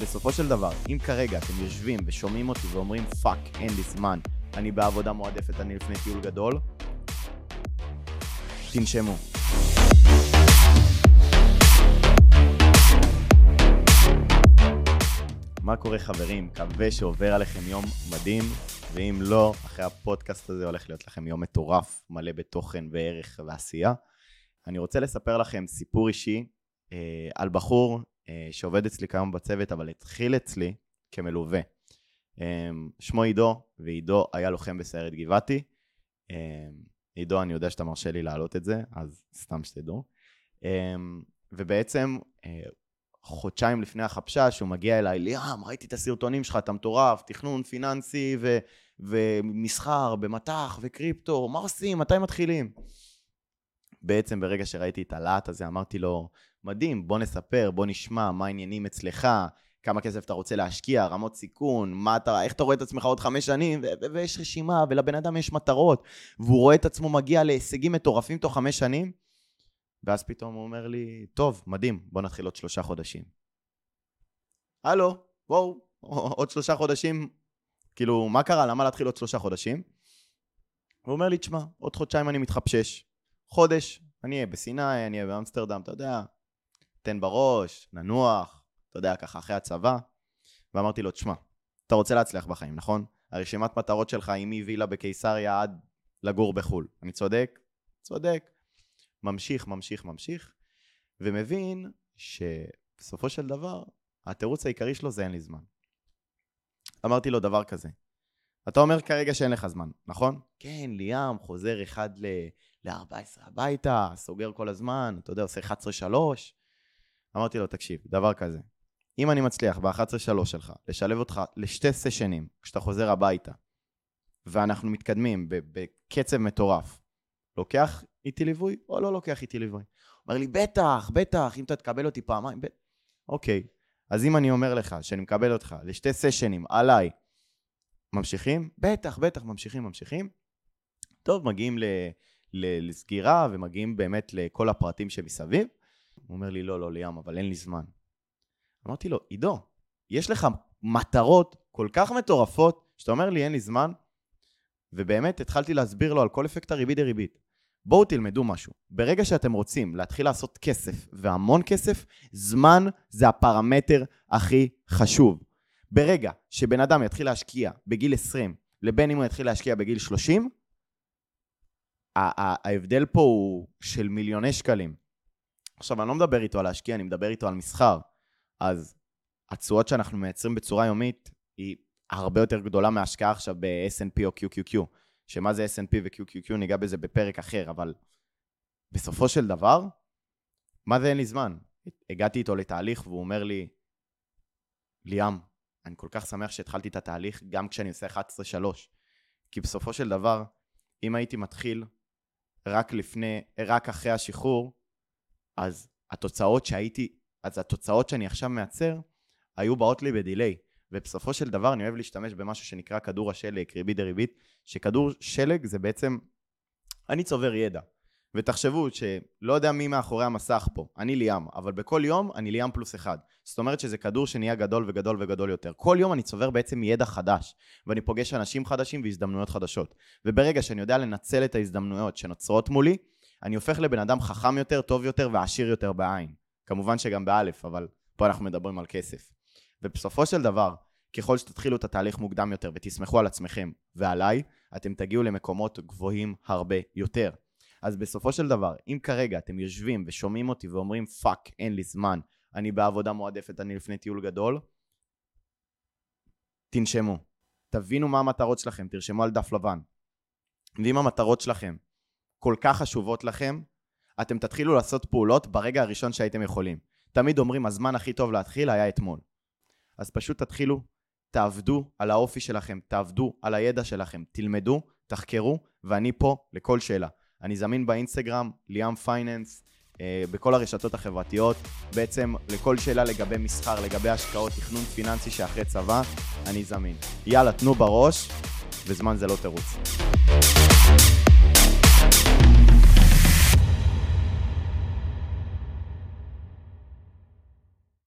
בסופו של דבר, אם כרגע אתם יושבים ושומעים אותי ואומרים פאק, אין לי זמן, אני בעבודה מועדפת, אני לפני טיול גדול, תנשמו. מה קורה חברים? מקווה שעובר עליכם יום מדהים, ואם לא, אחרי הפודקאסט הזה הולך להיות לכם יום מטורף, מלא בתוכן וערך ועשייה. אני רוצה לספר לכם סיפור אישי על בחור שעובד אצלי כיום בצוות, אבל התחיל אצלי כמלווה. שמו עידו, ועידו היה לוחם בסיירת גבעתי. עידו, אני יודע שאתה מרשה לי להעלות את זה, אז סתם שתדעו. ובעצם חודשיים לפני החפשה, שהוא מגיע אליי, ליאם, ראיתי את הסרטונים שלך, אתה מטורף, תכנון פיננסי ומסחר במטח וקריפטו, מה עושים? מתי מתחילים? בעצם ברגע שראיתי את הלהט הזה, אמרתי לו, מדהים, בוא נספר, בוא נשמע מה העניינים אצלך, כמה כסף אתה רוצה להשקיע, רמות סיכון, איך אתה רואה את עצמך עוד 5 שנים, ויש רשימה, ולבן אדם יש מטרות, והוא רואה את עצמו מגיע להישגים מטורפים תוך 5 שנים, ואז פתאום הוא אומר לי, טוב, מדהים, בוא נתחיל עוד 3 חודשים. הלו, בואו, עוד 3 חודשים, כאילו, מה קרה? למה להתחיל עוד 3 חודשים? הוא אומר לי, תשמע, עוד חודשיים אני מתחפשש. חודש, אני אהיה בסיני, אני אהיה באמסטרדם, אתה יודע, תן בראש, ננוח, אתה יודע, ככה אחרי הצבא. ואמרתי לו, תשמע, אתה רוצה להצליח בחיים, נכון? הרשימת מטרות שלך היא מווילה בקיסריה עד לגור בחול. אני צודק? צודק. ממשיך, ומבין שבסופו של דבר, התירוץ העיקרי שלו זה אין לי זמן. אמרתי לו דבר כזה, אתה אומר כרגע שאין לך זמן, נכון? כן, ליאם, חוזר 1 ל-14 הביתה, סוגר כל הזמן, אתה יודע, עושה 11-3. אמרתי לו, תקשיב, דבר כזה, אם אני מצליח ב-11-3 שלך, לשלב אותך לשתי סשנים, כשאתה חוזר הביתה, ואנחנו מתקדמים בקצב מטורף, לוקח איתי ליווי או לא לוקח איתי ליווי? אומר לי, בטח, אם אתה תקבל אותי פעמיים, אוקיי, אז אם אני אומר לך שאני מקבל אותך לשתי סשנים עליי, ממשיכים? בטח, ממשיכים. טוב, מגיעים לסגירה ומגיעים באמת לכל הפרטים שמסביב. הוא אומר לי, לא, ליאם, אבל אין לי זמן. אמרתי לו, עידו, יש לך מטרות כל כך מטורפות, שאתה אומר לי, אין לי זמן, ובאמת התחלתי להסביר לו על כל אפקט הריבית דריבית. בואו תלמדו משהו. ברגע שאתם רוצים להתחיל לעשות כסף, והמון כסף, זמן זה הפרמטר הכי חשוב. ברגע שבן אדם יתחיל להשקיע בגיל 20, לבין אם הוא יתחיל להשקיע בגיל 30, ההבדל פה הוא של מיליוני שקלים. עכשיו, אני לא מדבר איתו על להשקיע, אני מדבר איתו על מסחר. אז התשואות שאנחנו מייצרים בצורה יומית, היא הרבה יותר גדולה מההשקעה עכשיו ב-S&P או QQQ. שמה זה S&P ו-QQQ, ניגע בזה בפרק אחר, אבל בסופו של דבר, מה זה אין לי זמן? הגעתי איתו לתהליך, והוא אומר לי, ליאם, אני כל כך שמח שהתחלתי את התהליך, גם כשאני עושה 11-3, כי בסופו של דבר, אם הייתי מתחיל רק אחרי השחרור, אז התוצאות שאני עכשיו מייצר, היו באות לי בדיליי, ובסופו של דבר אני אוהב להשתמש במשהו שנקרא כדור השלג, ריבית דריבית, שכדור שלג זה בעצם, אני צובר ידע, ותחשבו שלא יודע מי מאחורי המסך פה, אני ליאם, אבל בכל יום אני ליאם +1, זאת אומרת שזה כדור שנהיה גדול וגדול וגדול יותר, כל יום אני צובר בעצם ידע חדש, ואני פוגש אנשים חדשים והזדמנויות חדשות, וברגע שאני יודע לנצל את ההזדמנויות שנוצרות מולי, אני הופך לבן אדם חכם יותר, טוב יותר ועשיר יותר בעין, כמובן שגם באלף, אבל פה אנחנו מדברים על כסף. ובסופו של דבר, ככל שתתחילו את התהליך מוקדם יותר ותסמכו על עצמכם ועליי, אתם תגיעו למקומות גבוהים הרבה יותר. אז בסופו של דבר, אם כרגע אתם יושבים ושומעים אותי ואומרים, פאק, אין לי זמן, אני בעבודה מועדפת, אני לפני טיול גדול, תנשמו. תבינו מה המטרות שלכם, תרשמו על דף לבן. ואם המטרות שלכם כל כך חשובות לכם, אתם תתחילו לעשות פעולות ברגע הראשון שהייתם יכולים. תמיד אומרים, הזמן הכי טוב להתחיל היה אתמול. אז פשוט תתחילו, תעבדו על האופי שלכם, תעבדו על הידע שלכם, תלמדו, תחקרו, ואני פה לכל שאלה. אני זמין באינסטגרם, ליאם פייננס, בכל הרשתות החברתיות, בעצם לכל שאלה לגבי מסחר, לגבי השקעות, תכנון פיננסי שאחרי צבא, אני זמין. יאללה, תנו בראש, וזמן זה לא תירוץ.